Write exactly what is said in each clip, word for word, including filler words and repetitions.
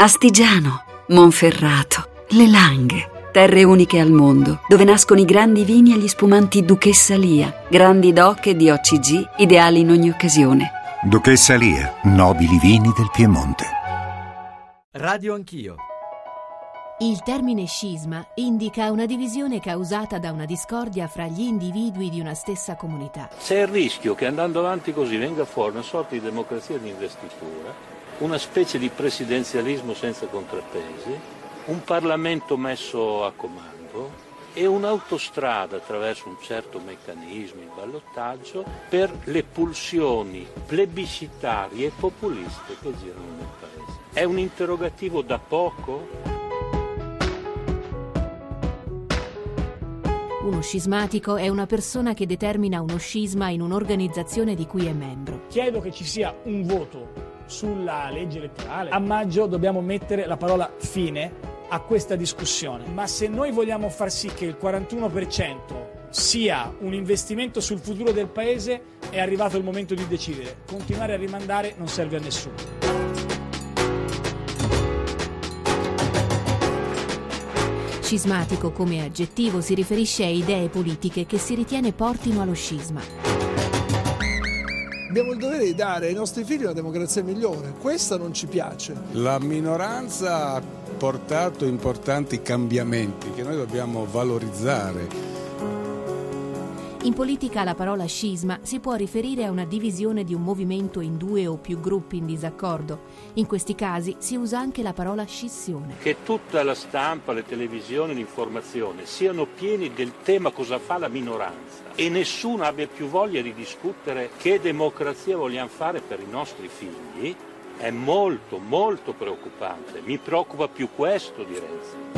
Astigiano, Monferrato, Le Langhe, terre uniche al mondo, dove nascono i grandi vini e gli spumanti Duchessa Lia, grandi doc e D O C G, ideali in ogni occasione. Duchessa Lia, nobili vini del Piemonte. Radio Anch'io. Il termine scisma indica una divisione causata da una discordia fra gli individui di una stessa comunità. C'è il rischio che andando avanti così venga fuori una sorta di democrazia di investitura, una specie di presidenzialismo senza contrappesi, un Parlamento messo a comando e un'autostrada attraverso un certo meccanismo, il ballottaggio, per le pulsioni plebiscitarie e populiste che girano nel Paese. È un interrogativo da poco? Uno scismatico è una persona che determina uno scisma in un'organizzazione di cui è membro. Chiedo che ci sia un voto sulla legge elettorale. A maggio dobbiamo mettere la parola fine a questa discussione. Ma se noi vogliamo far sì che il quarantuno per cento sia un investimento sul futuro del Paese, è arrivato il momento di decidere. Continuare a rimandare non serve a nessuno. Scismatico come aggettivo si riferisce a idee politiche che si ritiene portino allo scisma. Abbiamo il dovere di dare ai nostri figli una democrazia migliore. Questa non ci piace. La minoranza ha portato importanti cambiamenti che noi dobbiamo valorizzare. In politica la parola scisma si può riferire a una divisione di un movimento in due o più gruppi in disaccordo. In questi casi si usa anche la parola scissione. Che tutta la stampa, le televisioni, l'informazione siano pieni del tema cosa fa la minoranza e nessuno abbia più voglia di discutere che democrazia vogliamo fare per i nostri figli, è molto molto preoccupante. Mi preoccupa più questo di Renzi.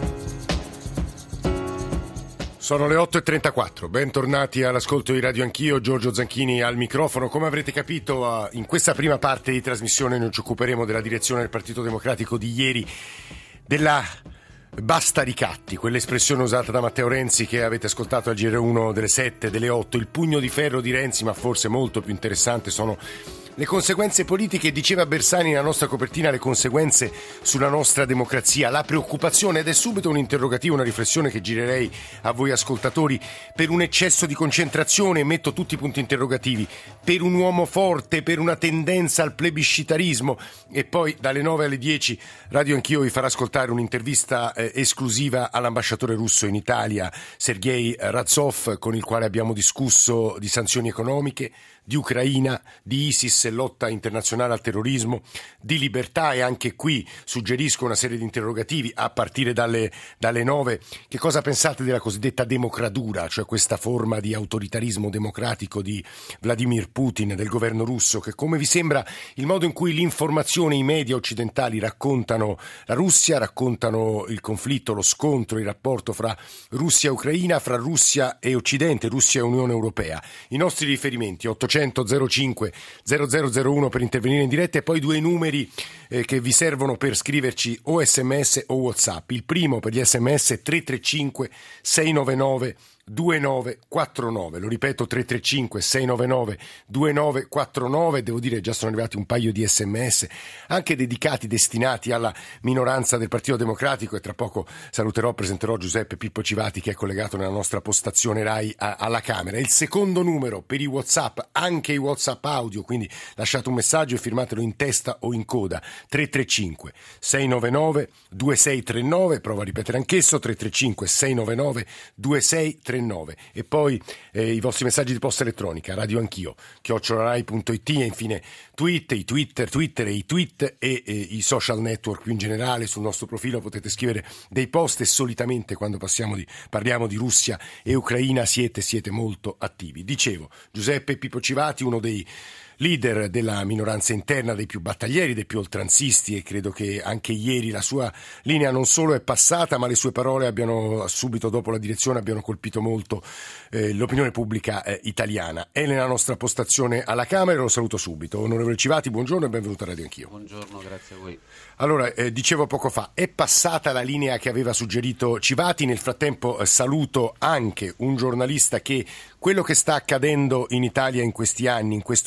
Sono le otto e trentaquattro, bentornati all'ascolto di Radio Anch'io, Giorgio Zanchini al microfono. Come avrete capito, in questa prima parte di trasmissione noi ci occuperemo della direzione del Partito Democratico di ieri, della basta ricatti, quell'espressione usata da Matteo Renzi che avete ascoltato al G R uno delle sette, delle otto, il pugno di ferro di Renzi, ma forse molto più interessante sono le conseguenze politiche, diceva Bersani nella nostra copertina, le conseguenze sulla nostra democrazia, la preoccupazione, ed è subito un interrogativo, una riflessione che girerei a voi ascoltatori, per un eccesso di concentrazione, metto tutti i punti interrogativi, per un uomo forte, per una tendenza al plebiscitarismo. E poi dalle nove alle dieci Radio Anch'io vi farà ascoltare un'intervista eh, esclusiva all'ambasciatore russo in Italia, Sergei Razov, con il quale abbiamo discusso di sanzioni economiche, di Ucraina, di ISIS e lotta internazionale al terrorismo, di libertà, e anche qui suggerisco una serie di interrogativi a partire dalle, dalle nove. Che cosa pensate della cosiddetta democratura, cioè questa forma di autoritarismo democratico di Vladimir Putin, del governo russo, che come vi sembra il modo in cui l'informazione, i media occidentali raccontano la Russia, raccontano il conflitto, lo scontro, il rapporto fra Russia e Ucraina, fra Russia e Occidente, Russia e Unione Europea. I nostri riferimenti ottocento zero cinque zero zero zero uno per intervenire in diretta, e poi due numeri eh, che vi servono per scriverci o sms o WhatsApp. Il primo per gli sms tre tre cinque sei nove nove due nove quattro nove, lo ripeto, tre tre cinque sei nove nove due nove quattro nove. Devo dire, già sono arrivati un paio di sms anche dedicati, destinati alla minoranza del Partito Democratico, e tra poco saluterò, presenterò Giuseppe Pippo Civati, che è collegato nella nostra postazione Rai a, alla Camera. Il secondo numero per i WhatsApp, anche i WhatsApp audio, quindi lasciate un messaggio e firmatelo in testa o in coda, tre tre cinque sei nove nove due sei tre nove, provo a ripetere anch'esso, tre tre cinque sei nove nove due sei tre nove. E poi eh, i vostri messaggi di posta elettronica, radio anch'io chiocciola rai punto it, e infine tweet, i Twitter, Twitter e i tweet e, e i social network più in generale. Sul nostro profilo potete scrivere dei post, e solitamente quando passiamo di, parliamo di Russia e Ucraina siete, siete molto attivi. Dicevo, Giuseppe Pippo Civati, uno dei leader della minoranza interna, dei più battaglieri, dei più oltranzisti, e credo che anche ieri la sua linea non solo è passata, ma le sue parole abbiano, subito dopo la direzione, abbiano colpito molto eh, l'opinione pubblica eh, italiana. È nella nostra postazione alla Camera, lo saluto subito. Onorevole Civati, buongiorno e benvenuto a Radio Anch'io. Buongiorno, grazie a voi. Allora, eh, dicevo poco fa, è passata la linea che aveva suggerito Civati. Nel frattempo eh, saluto anche un giornalista che quello che sta accadendo in Italia in questi anni, in questo periodo,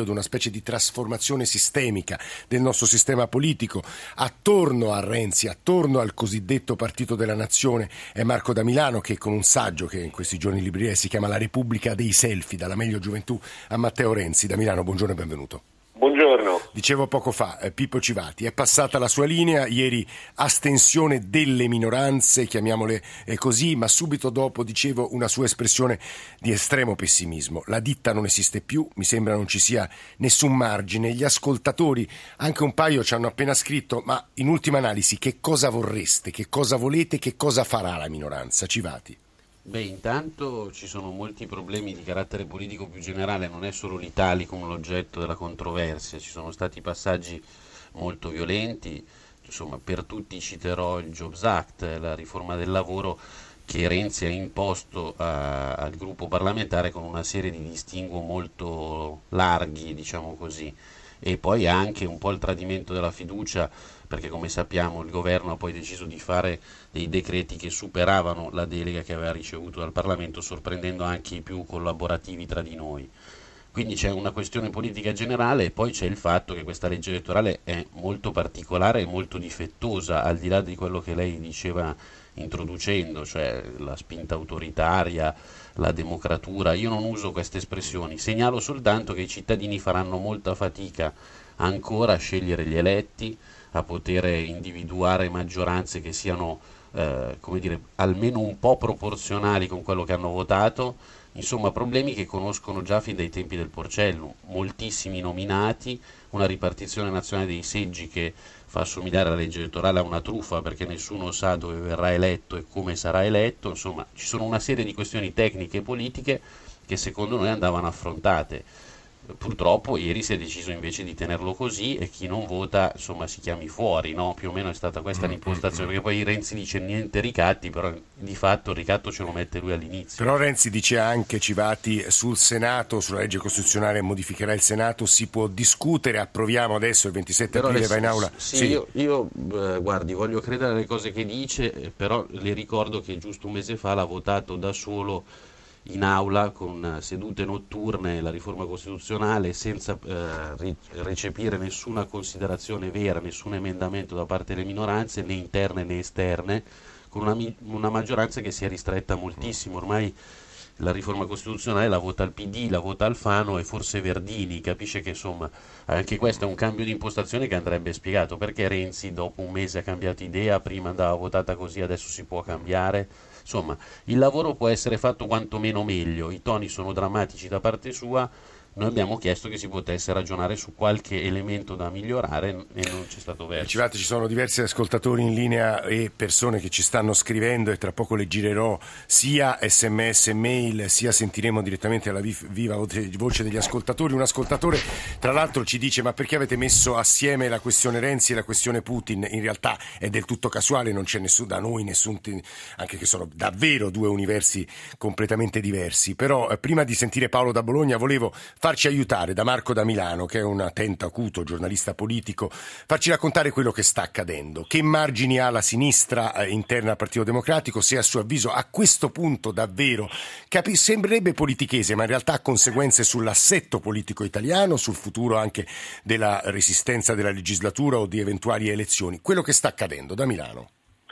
periodo, una specie di trasformazione sistemica del nostro sistema politico. Attorno a Renzi, attorno al cosiddetto Partito della Nazione, è Marco da Milano, che con un saggio che in questi giorni in libreria si chiama La Repubblica dei Selfie, dalla meglio gioventù a Matteo Renzi. Da Milano, buongiorno e benvenuto. Buongiorno. Dicevo poco fa, eh, Pippo Civati, è passata la sua linea, ieri astensione delle minoranze, chiamiamole eh, così, ma subito dopo, dicevo, una sua espressione di estremo pessimismo. La ditta non esiste più, mi sembra non ci sia nessun margine. Gli ascoltatori, anche un paio, ci hanno appena scritto, ma in ultima analisi che cosa vorreste, che cosa volete, che cosa farà la minoranza? Civati. Beh, intanto ci sono molti problemi di carattere politico più generale, non è solo l'Italicum l'oggetto della controversia, ci sono stati passaggi molto violenti, insomma per tutti citerò il Jobs Act, la riforma del lavoro che Renzi ha imposto a, al gruppo parlamentare con una serie di distinguo molto larghi, diciamo così, e poi anche un po' il tradimento della fiducia, perché come sappiamo il governo ha poi deciso di fare dei decreti che superavano la delega che aveva ricevuto dal Parlamento, sorprendendo anche i più collaborativi tra di noi. Quindi c'è una questione politica generale e poi c'è il fatto che questa legge elettorale è molto particolare e molto difettosa, al di là di quello che lei diceva introducendo, cioè la spinta autoritaria, la democratura. Io non uso queste espressioni, segnalo soltanto che i cittadini faranno molta fatica ancora a scegliere gli eletti, a poter individuare maggioranze che siano eh, come dire, almeno un po' proporzionali con quello che hanno votato, insomma problemi che conoscono già fin dai tempi del Porcellum, moltissimi nominati, una ripartizione nazionale dei seggi che fa assomigliare la legge elettorale a una truffa perché nessuno sa dove verrà eletto e come sarà eletto, insomma ci sono una serie di questioni tecniche e politiche che secondo noi andavano affrontate. Purtroppo ieri si è deciso invece di tenerlo così e chi non vota insomma si chiami fuori, no? Più o meno è stata questa l'impostazione, perché poi Renzi dice niente ricatti, però di fatto il ricatto ce lo mette lui all'inizio. Però Renzi dice anche, Civati, sul Senato, sulla legge costituzionale modificherà il Senato, si può discutere, approviamo adesso il ventisette aprile, va in aula. Sì, sì. io, io eh, guardi, voglio credere alle cose che dice, però le ricordo che giusto un mese fa l'ha votato da solo in aula con sedute notturne la riforma costituzionale senza eh, recepire nessuna considerazione vera, nessun emendamento da parte delle minoranze né interne né esterne, con una, una maggioranza che si è ristretta moltissimo. Ormai la riforma costituzionale la vota il P D, la vota Alfano e forse Verdini. Capisce che insomma anche questo è un cambio di impostazione che andrebbe spiegato, perché Renzi dopo un mese ha cambiato idea, prima andava votata così, adesso si può cambiare. Insomma, il lavoro può essere fatto quantomeno meglio, i toni sono drammatici da parte sua, noi abbiamo chiesto che si potesse ragionare su qualche elemento da migliorare e non c'è stato verso. Civati, ci sono diversi ascoltatori in linea e persone che ci stanno scrivendo e tra poco le girerò sia sms e mail, sia sentiremo direttamente la viva voce degli ascoltatori. Un ascoltatore tra l'altro ci dice: ma perché avete messo assieme la questione Renzi e la questione Putin? In realtà è del tutto casuale, non c'è nessun da noi, nessun, anche che sono davvero due universi completamente diversi. Però eh, prima di sentire Paolo da Bologna volevo farci aiutare da Marco da Milano, che è un attento, acuto giornalista politico, farci raccontare quello che sta accadendo. Che margini ha la sinistra eh, interna al Partito Democratico, se a suo avviso a questo punto davvero capi- sembrerebbe politichese, ma in realtà ha conseguenze sull'assetto politico italiano, sul futuro anche della resistenza della legislatura o di eventuali elezioni. Quello che sta accadendo da Milano.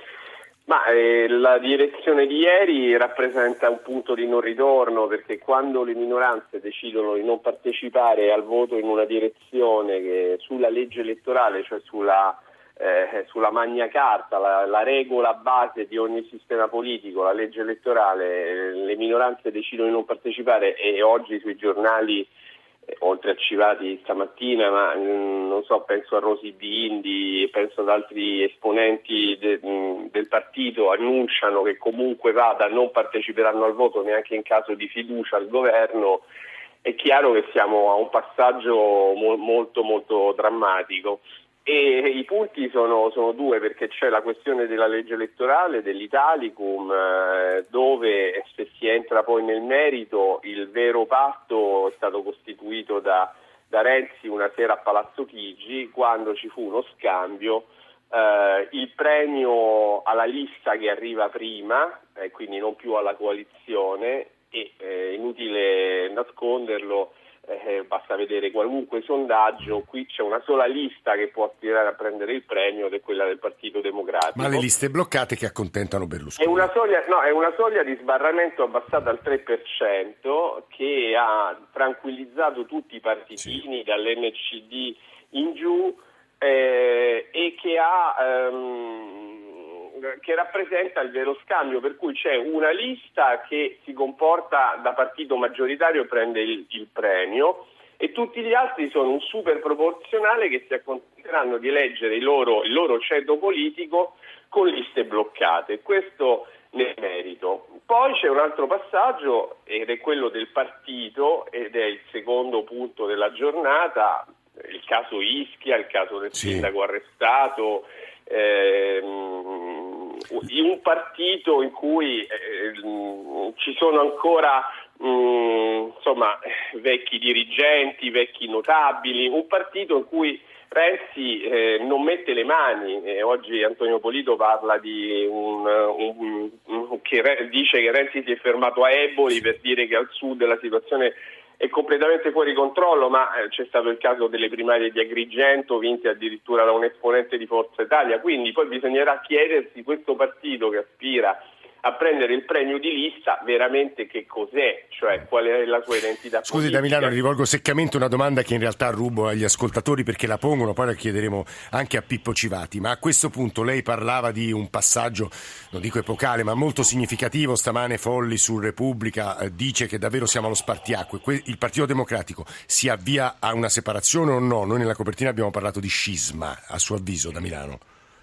Ma eh, la direzione di ieri rappresenta un punto di non ritorno, perché quando le minoranze decidono di non partecipare al voto in una direzione che sulla legge elettorale, cioè sulla, eh, sulla Magna Carta, la, la regola base di ogni sistema politico, la legge elettorale, le minoranze decidono di non partecipare e oggi sui giornali, oltre a Civati stamattina, ma mh, non so, penso a Rosy Bindi, penso ad altri esponenti de, mh, del partito, annunciano che comunque vada, non parteciperanno al voto neanche in caso di fiducia al governo. È chiaro che siamo a un passaggio mo- molto molto drammatico. E i punti sono, sono due, perché c'è la questione della legge elettorale, dell'Italicum, eh, dove se si entra poi nel merito, il vero patto è stato costituito da, da Renzi una sera a Palazzo Chigi, quando ci fu uno scambio, eh, il premio alla lista che arriva prima, eh, quindi non più alla coalizione, e eh, inutile nasconderlo, eh, basta vedere qualunque sondaggio, qui c'è una sola lista che può aspirare a prendere il premio ed è quella del Partito Democratico. Ma le liste bloccate che accontentano Berlusconi. È una soglia, no, è una soglia di sbarramento abbassata al tre per cento che ha tranquillizzato tutti i partitini, sì, dall'N C D in giù, eh, e che ha ehm, che rappresenta il vero scambio, per cui c'è una lista che si comporta da partito maggioritario e prende il, il premio, e tutti gli altri sono un super proporzionale che si accontenteranno di eleggere il loro, il loro ceto politico con liste bloccate. Questo nel merito. Poi c'è un altro passaggio ed è quello del partito, ed è il secondo punto della giornata, il caso Ischia, il caso del sì. sindaco arrestato, ehm, un partito in cui eh, ci sono ancora mh, insomma vecchi dirigenti, vecchi notabili, un partito in cui Renzi eh, non mette le mani. Eh, oggi Antonio Polito parla di un, un, un che re, dice che Renzi si è fermato a Eboli per dire che al sud la situazione è completamente fuori controllo, ma eh, c'è stato il caso delle primarie di Agrigento vinte addirittura da un esponente di Forza Italia, quindi poi bisognerà chiedersi questo partito che aspira a prendere il premio di lista veramente che cos'è, cioè qual è la sua identità Scusi, politica. da Milano rivolgo seccamente una domanda che in realtà rubo agli ascoltatori perché la pongono, poi la chiederemo anche a Pippo Civati, ma a questo punto lei parlava di un passaggio, non dico epocale, ma molto significativo. Stamane Folli su Repubblica eh, dice che davvero siamo allo spartiacque. Que- il Partito Democratico si avvia a una separazione o no? Noi nella copertina abbiamo parlato di scisma, a suo avviso, da Milano.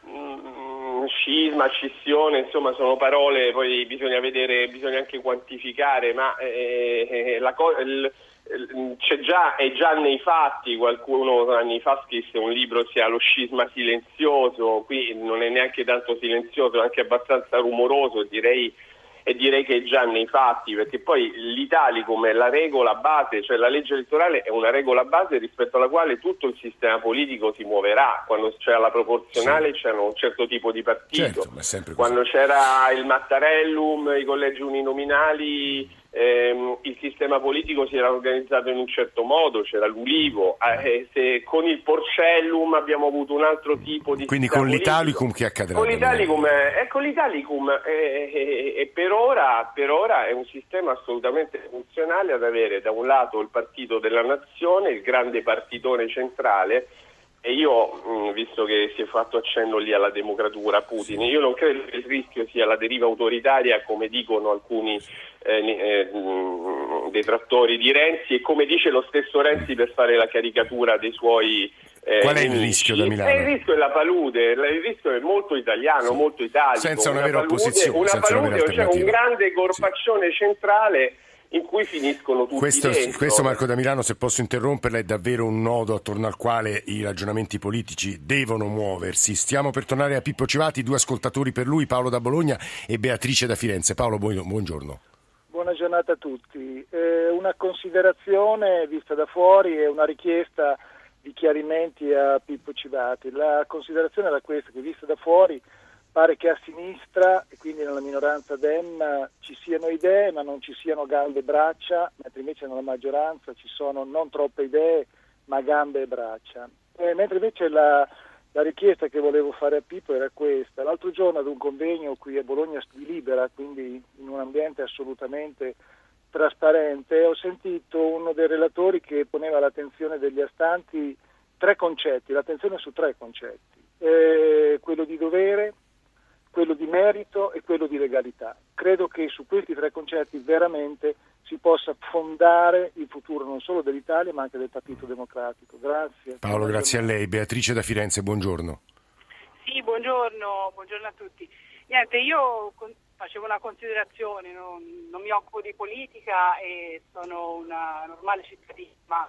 Scisma, scissione, insomma sono parole, poi bisogna vedere, bisogna anche quantificare, ma eh, la co- il, il, c'è già, è già nei fatti. Qualcuno anni fa scrisse un libro, sia Lo scisma silenzioso, qui non è neanche tanto silenzioso, è anche abbastanza rumoroso, direi, e direi che è già nei fatti, perché poi l'Italicum è la regola base, cioè la legge elettorale è una regola base rispetto alla quale tutto il sistema politico si muoverà. Quando c'era la proporzionale sì. c'era un certo tipo di partito, certo, ma sempre così. Quando c'era il Mattarellum, i collegi uninominali, ehm, il sistema politico si era organizzato in un certo modo, c'era l'Ulivo, eh, se con il Porcellum abbiamo avuto un altro tipo di quindi sistema con l'Italicum politico. Che accadrà? Con l'Italicum, eh, con l'Italicum eh, eh, eh, per ora, per ora è un sistema assolutamente funzionale ad avere da un lato il partito della nazione, il grande partitone centrale, e io, mh, visto che si è fatto accenno lì alla democratura Putin, io non credo che il rischio sia la deriva autoritaria, come dicono alcuni eh, eh, mh, detrattori di Renzi, e come dice lo stesso Renzi per fare la caricatura dei suoi eh, Qual è il nemici. rischio da Milano? Eh, il rischio è la palude, il rischio è molto italiano, sì. molto italico. Senza una, una vera palude, opposizione, una senza palude, una vera cioè un grande corpaccione sì. centrale in cui finiscono tutti questo, dentro. Questo, Marco da Milano, se posso interromperla, è davvero un nodo attorno al quale i ragionamenti politici devono muoversi. Stiamo per tornare a Pippo Civati, due ascoltatori per lui, Paolo da Bologna e Beatrice da Firenze. Paolo, buongiorno. Buona giornata a tutti. Eh, una considerazione vista da fuori e una richiesta di chiarimenti a Pippo Civati. La considerazione era questa, che vista da fuori pare che a sinistra, e quindi nella minoranza Dem, ci siano idee ma non ci siano gambe e braccia, mentre invece nella maggioranza ci sono non troppe idee ma gambe e braccia. E mentre invece la, la richiesta che volevo fare a Pippo era questa. L'altro giorno ad un convegno qui a Bologna di Libera, quindi in un ambiente assolutamente trasparente, ho sentito uno dei relatori che poneva all'attenzione degli astanti tre concetti, l'attenzione su tre concetti, eh, quello di dovere, quello di merito e quello di legalità. Credo che su questi tre concetti veramente si possa fondare il futuro non solo dell'Italia ma anche del Partito Democratico. Grazie. Paolo, grazie a lei. Beatrice da Firenze, buongiorno. Sì, buongiorno, buongiorno a tutti. Niente, io facevo una considerazione, non, non mi occupo di politica e sono una normale cittadina, ma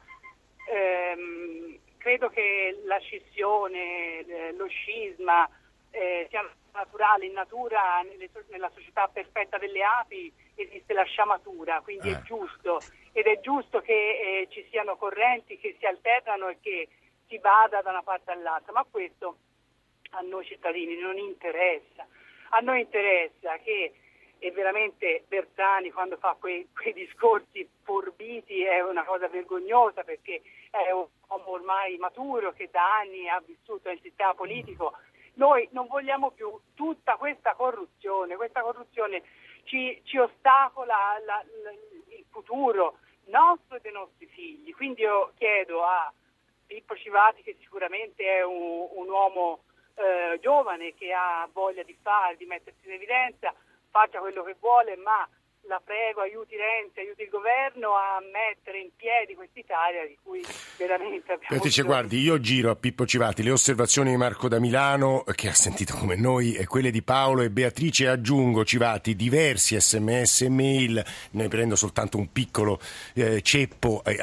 ehm, credo che la scissione, lo scisma eh, sia naturale. In natura, nelle, nella società perfetta delle api esiste la sciamatura, quindi eh. è giusto, ed è giusto che eh, ci siano correnti che si alternano e che si vada da una parte all'altra, ma questo a noi cittadini non interessa. A noi interessa che e veramente Bersani quando fa quei, quei discorsi forbiti è una cosa vergognosa, perché è un uomo ormai maturo che da anni ha vissuto nel sistema politico. Noi non vogliamo più tutta questa corruzione, questa corruzione ci, ci ostacola la, la, il futuro nostro e dei nostri figli. Quindi io chiedo a Pippo Civati, che sicuramente è un, un uomo eh, giovane che ha voglia di fare, di mettersi in evidenza, faccia quello che vuole, ma la prego, aiuti Renzi, aiuti il governo a mettere in piedi quest'Italia di cui veramente abbiamo Beatrice, bisogno. guardi, io giro a Pippo Civati le osservazioni di Marco da Milano, che ha sentito come noi, e quelle di Paolo e Beatrice. Aggiungo, Civati, diversi sms e mail, ne prendo soltanto un piccolo eh, ceppo eh,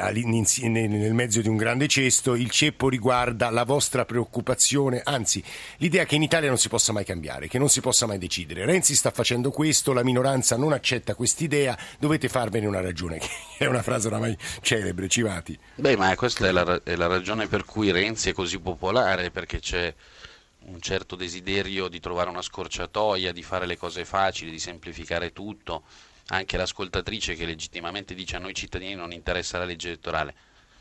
nel mezzo di un grande cesto. Il ceppo riguarda la vostra preoccupazione, anzi l'idea che in Italia non si possa mai cambiare, che non si possa mai decidere. Renzi sta facendo questo, la minoranza non accetta questo idea, dovete farvene una ragione, che è una frase oramai celebre. Civati. Beh, ma questa è la, è la ragione per cui Renzi è così popolare, perché c'è un certo desiderio di trovare una scorciatoia, di fare le cose facili, di semplificare tutto. Anche l'ascoltatrice che legittimamente dice: a noi cittadini non interessa la legge elettorale.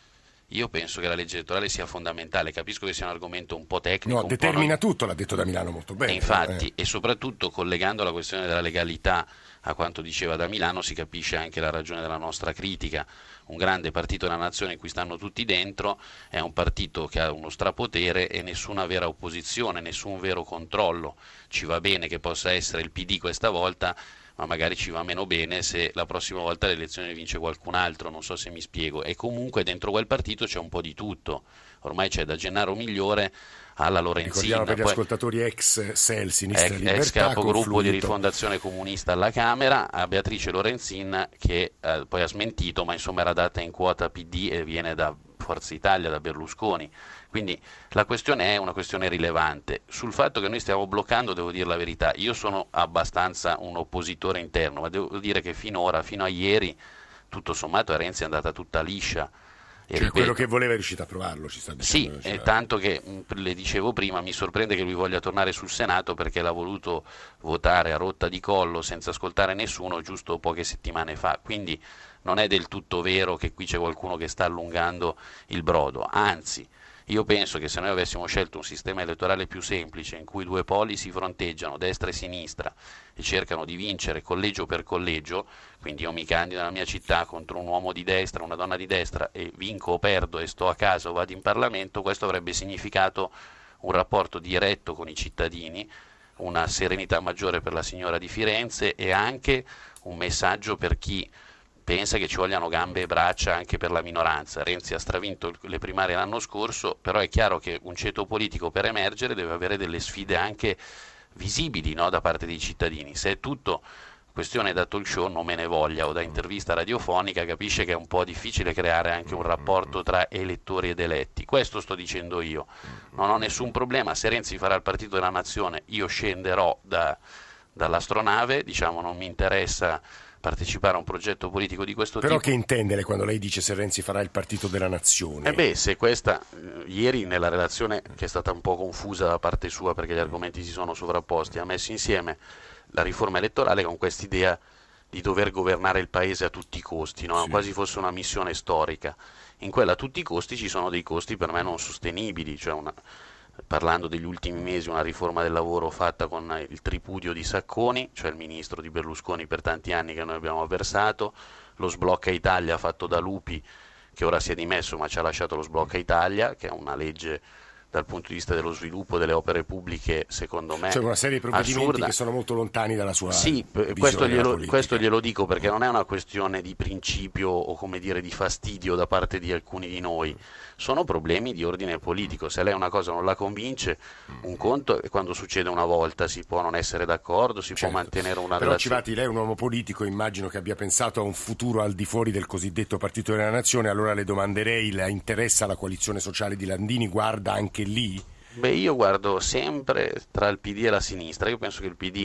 Io penso che la legge elettorale sia fondamentale, capisco che sia un argomento un po' tecnico. No, un determina po' non... tutto, l'ha detto da Milano molto bene. E infatti, eh. e soprattutto collegando la questione della legalità a quanto diceva da Milano, si capisce anche la ragione della nostra critica. Un grande partito della nazione in cui stanno tutti dentro è un partito che ha uno strapotere e nessuna vera opposizione, nessun vero controllo. Ci va bene che possa essere il P D questa volta, ma magari ci va meno bene se la prossima volta le elezioni vince qualcun altro, non so se mi spiego. E comunque dentro quel partito c'è un po' di tutto. Ormai c'è da Gennaro Migliore alla Lorenzin. Ricordiamo per gli poi, ascoltatori ex S E L, Sinistra ex, Libertà, ex capogruppo confluito. di Rifondazione Comunista alla Camera, a Beatrice Lorenzin che eh, poi ha smentito, ma insomma era data in quota P D e viene da Forza Italia, da Berlusconi. Quindi la questione è una questione rilevante. Sul fatto che noi stiamo bloccando devo dire la verità, io sono abbastanza un oppositore interno, ma devo dire che finora, fino a ieri, tutto sommato a Renzi è andata tutta liscia. E cioè ripeto, quello che voleva è riuscito a provarlo, ci sta dicendo. sì, eh, tanto che mh, le dicevo prima, mi sorprende che lui voglia tornare sul Senato perché l'ha voluto votare a rotta di collo senza ascoltare nessuno giusto poche settimane fa, quindi non è del tutto vero che qui c'è qualcuno che sta allungando il brodo, anzi io penso che se noi avessimo scelto un sistema elettorale più semplice in cui due poli si fronteggiano, destra e sinistra, e cercano di vincere collegio per collegio, quindi io mi candido nella mia città contro un uomo di destra, una donna di destra e vinco o perdo e sto a casa o vado in Parlamento, questo avrebbe significato un rapporto diretto con i cittadini, una serenità maggiore per la signora di Firenze e anche un messaggio per chi pensa che ci vogliano gambe e braccia anche per la minoranza. Renzi ha stravinto le primarie l'anno scorso, però è chiaro che un ceto politico per emergere deve avere delle sfide anche visibili, no, da parte dei cittadini. Se è tutto questione da talk show non me ne voglia, o da intervista radiofonica, capisce che è un po' difficile creare anche un rapporto tra elettori ed eletti. Questo sto dicendo io. Non ho nessun problema, se Renzi farà il partito della nazione io scenderò da, dall'astronave, diciamo non mi interessa partecipare a un progetto politico di questo Però tipo. Però che intende quando lei dice se Renzi farà il partito della nazione? Eh beh, se questa, eh, ieri nella relazione, che è stata un po' confusa da parte sua perché gli argomenti si sono sovrapposti, ha messo insieme la riforma elettorale con quest'idea di dover governare il paese a tutti i costi, no? Sì. Quasi fosse una missione storica. In quella a tutti i costi ci sono dei costi per me non sostenibili, cioè una... parlando degli ultimi mesi, una riforma del lavoro fatta con il tripudio di Sacconi, cioè il ministro di Berlusconi per tanti anni che noi abbiamo avversato, lo sblocca Italia fatto da Lupi che ora si è dimesso ma ci ha lasciato lo sblocca Italia, che è una legge dal punto di vista dello sviluppo delle opere pubbliche secondo me cioè una serie di provvedimenti assurda. Che sono molto lontani dalla sua sì, questo glielo, questo glielo dico perché non è una questione di principio o come dire di fastidio da parte di alcuni di noi, sono problemi di ordine politico. Se lei una cosa non la convince, un conto è quando succede una volta, si può non essere d'accordo, si certo. può mantenere una Però relazione. Civati, lei è un uomo politico, immagino che abbia pensato a un futuro al di fuori del cosiddetto Partito della Nazione, allora le domanderei, la interessa la coalizione sociale di Landini, guarda anche lì? Beh, io guardo sempre tra il P D e la sinistra, io penso che il P D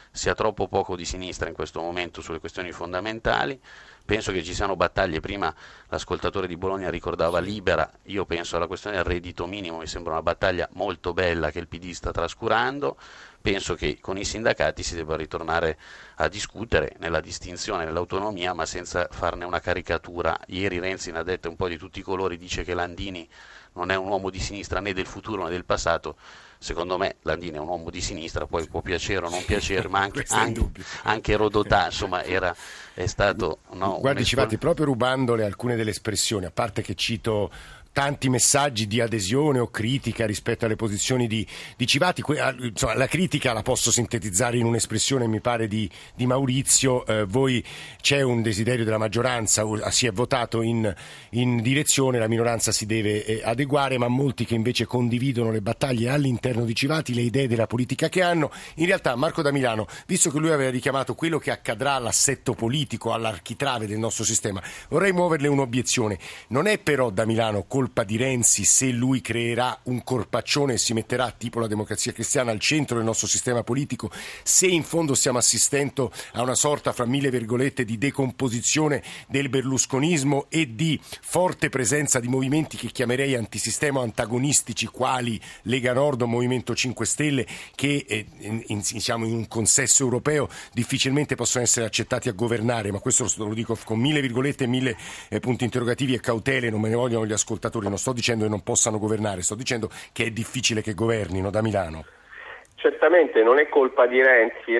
sia troppo poco di sinistra in questo momento sulle questioni fondamentali. Penso che ci siano battaglie, prima l'ascoltatore di Bologna ricordava Libera, io penso alla questione del reddito minimo, mi sembra una battaglia molto bella che il P D sta trascurando. Penso che con i sindacati si debba ritornare a discutere nella distinzione, nell'autonomia, ma senza farne una caricatura. Ieri Renzi ne ha dette un po' di tutti i colori, dice che Landini non è un uomo di sinistra né del futuro né del passato. Secondo me Landini è un uomo di sinistra, poi può piacere o non piacere, ma anche, anche, anche Rodotà, insomma, era, è stato... No, Guardi, Civati, proprio rubandole alcune delle espressioni, a parte che cito tanti messaggi di adesione o critica rispetto alle posizioni di, di Civati, que- insomma, la critica la posso sintetizzare in un'espressione, mi pare, di, di Maurizio. Eh, voi c'è un desiderio della maggioranza, si è votato in, in direzione, la minoranza si deve eh, adeguare, ma molti che invece condividono le battaglie all'interno di Civati, le idee della politica che hanno. In realtà Marco da Milano, visto che lui aveva richiamato quello che accadrà all'assetto politico, all'architrave del nostro sistema, vorrei muoverle un'obiezione. Non è però da Milano colpa di Renzi se lui creerà un corpaccione e si metterà tipo la Democrazia Cristiana al centro del nostro sistema politico, se in fondo stiamo assistendo a una sorta, fra mille virgolette, di decomposizione del berlusconismo e di forte presenza di movimenti che chiamerei antisistema, antagonistici, quali Lega Nord o Movimento cinque Stelle, che eh, in, in, diciamo, in un consesso europeo difficilmente possono essere accettati a governare, ma questo lo dico con mille virgolette e mille eh, punti interrogativi e cautele, non me ne vogliono gli ascoltatori. Non sto dicendo che non possano governare, sto dicendo che è difficile che governino. Da Milano. Certamente non è colpa di Renzi,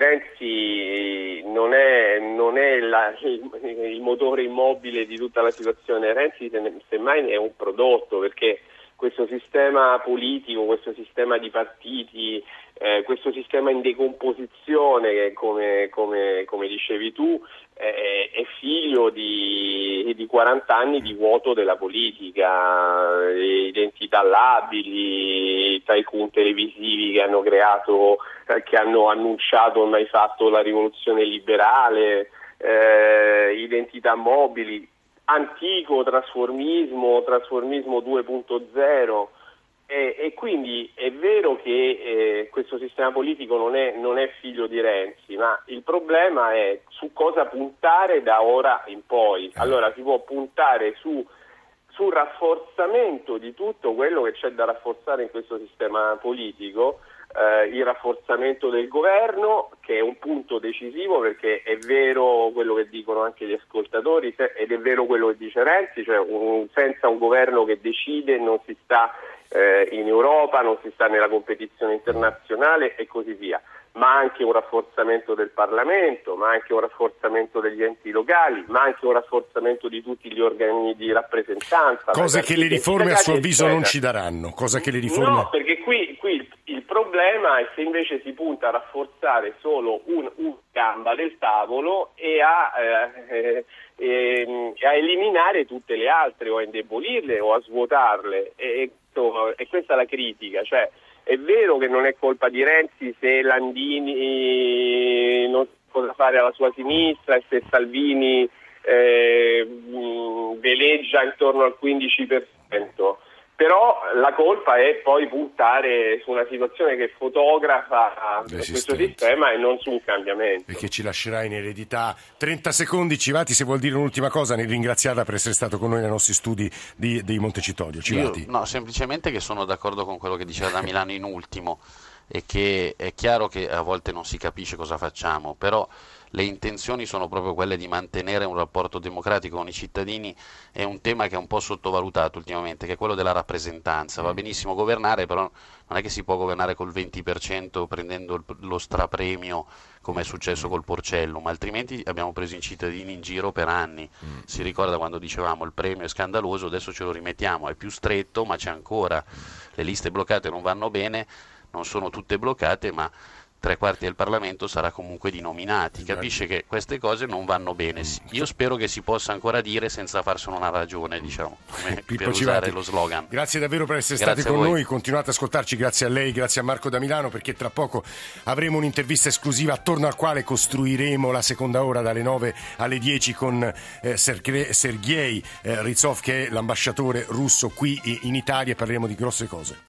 Renzi non è, non è la, il, il motore immobile di tutta la situazione, Renzi semmai è un prodotto, perché questo sistema politico, questo sistema di partiti, eh, questo sistema in decomposizione, come, come, come dicevi tu, eh, è figlio di, di quaranta anni di vuoto della politica, identità labili, tycoon televisivi che hanno creato, eh, che hanno annunciato mai fatto la rivoluzione liberale, eh, identità mobili, antico trasformismo, trasformismo due punto zero. E, e quindi è vero che eh, questo sistema politico non è, non è figlio di Renzi, ma il problema è su cosa puntare da ora in poi. Allora si può puntare su sul rafforzamento di tutto quello che c'è da rafforzare in questo sistema politico, eh, il rafforzamento del governo, che è un punto decisivo, perché è vero quello che dicono anche gli ascoltatori ed è vero quello che dice Renzi, cioè un, senza un governo che decide non si sta eh, in Europa, non si sta nella competizione internazionale e così via, ma anche un rafforzamento del Parlamento, ma anche un rafforzamento degli enti locali, ma anche un rafforzamento di tutti gli organi di rappresentanza. Cose che le riforme a suo avviso non ci daranno, cosa che le riforme... No, perché qui, qui il, il problema è se invece si punta a rafforzare solo un, un gamba del tavolo e a, eh, eh, a eliminare tutte le altre, o a indebolirle o a svuotarle, e, e questa è la critica, cioè è vero che non è colpa di Renzi se Landini non sa cosa fare alla sua sinistra e se Salvini eh, veleggia intorno al quindici per cento, però la colpa è poi puntare su una situazione che fotografa questo sistema e non su un cambiamento. E che ci lascerà in eredità. trenta secondi, Civati, se vuol dire un'ultima cosa, nel ringraziarla per essere stato con noi nei nostri studi di, di Montecitorio. Civati. Io, no, semplicemente che sono d'accordo con quello che diceva da Milano in ultimo, e che è chiaro che a volte non si capisce cosa facciamo, però le intenzioni sono proprio quelle di mantenere un rapporto democratico con i cittadini. È un tema che è un po' sottovalutato ultimamente, che è quello della rappresentanza. Va benissimo governare, però non è che si può governare col venti per cento prendendo lo strapremio come è successo col Porcellum, altrimenti abbiamo preso i cittadini in giro per anni. Mm. Si ricorda quando dicevamo il premio è scandaloso, adesso ce lo rimettiamo, è più stretto ma c'è ancora. Le liste bloccate non vanno bene, non sono tutte bloccate, ma tre quarti del Parlamento sarà comunque di nominati. Capisce che queste cose non vanno bene. Io spero che si possa ancora dire senza farsene una ragione, diciamo, come per usare lo slogan. Grazie davvero per essere Grazie stati con noi, continuate ad ascoltarci, grazie a lei, grazie a Marco da Milano, perché tra poco avremo un'intervista esclusiva attorno al quale costruiremo la seconda ora dalle nove alle dieci con eh, Sergei eh, Rizov, che è l'ambasciatore russo qui in Italia, e parleremo di grosse cose.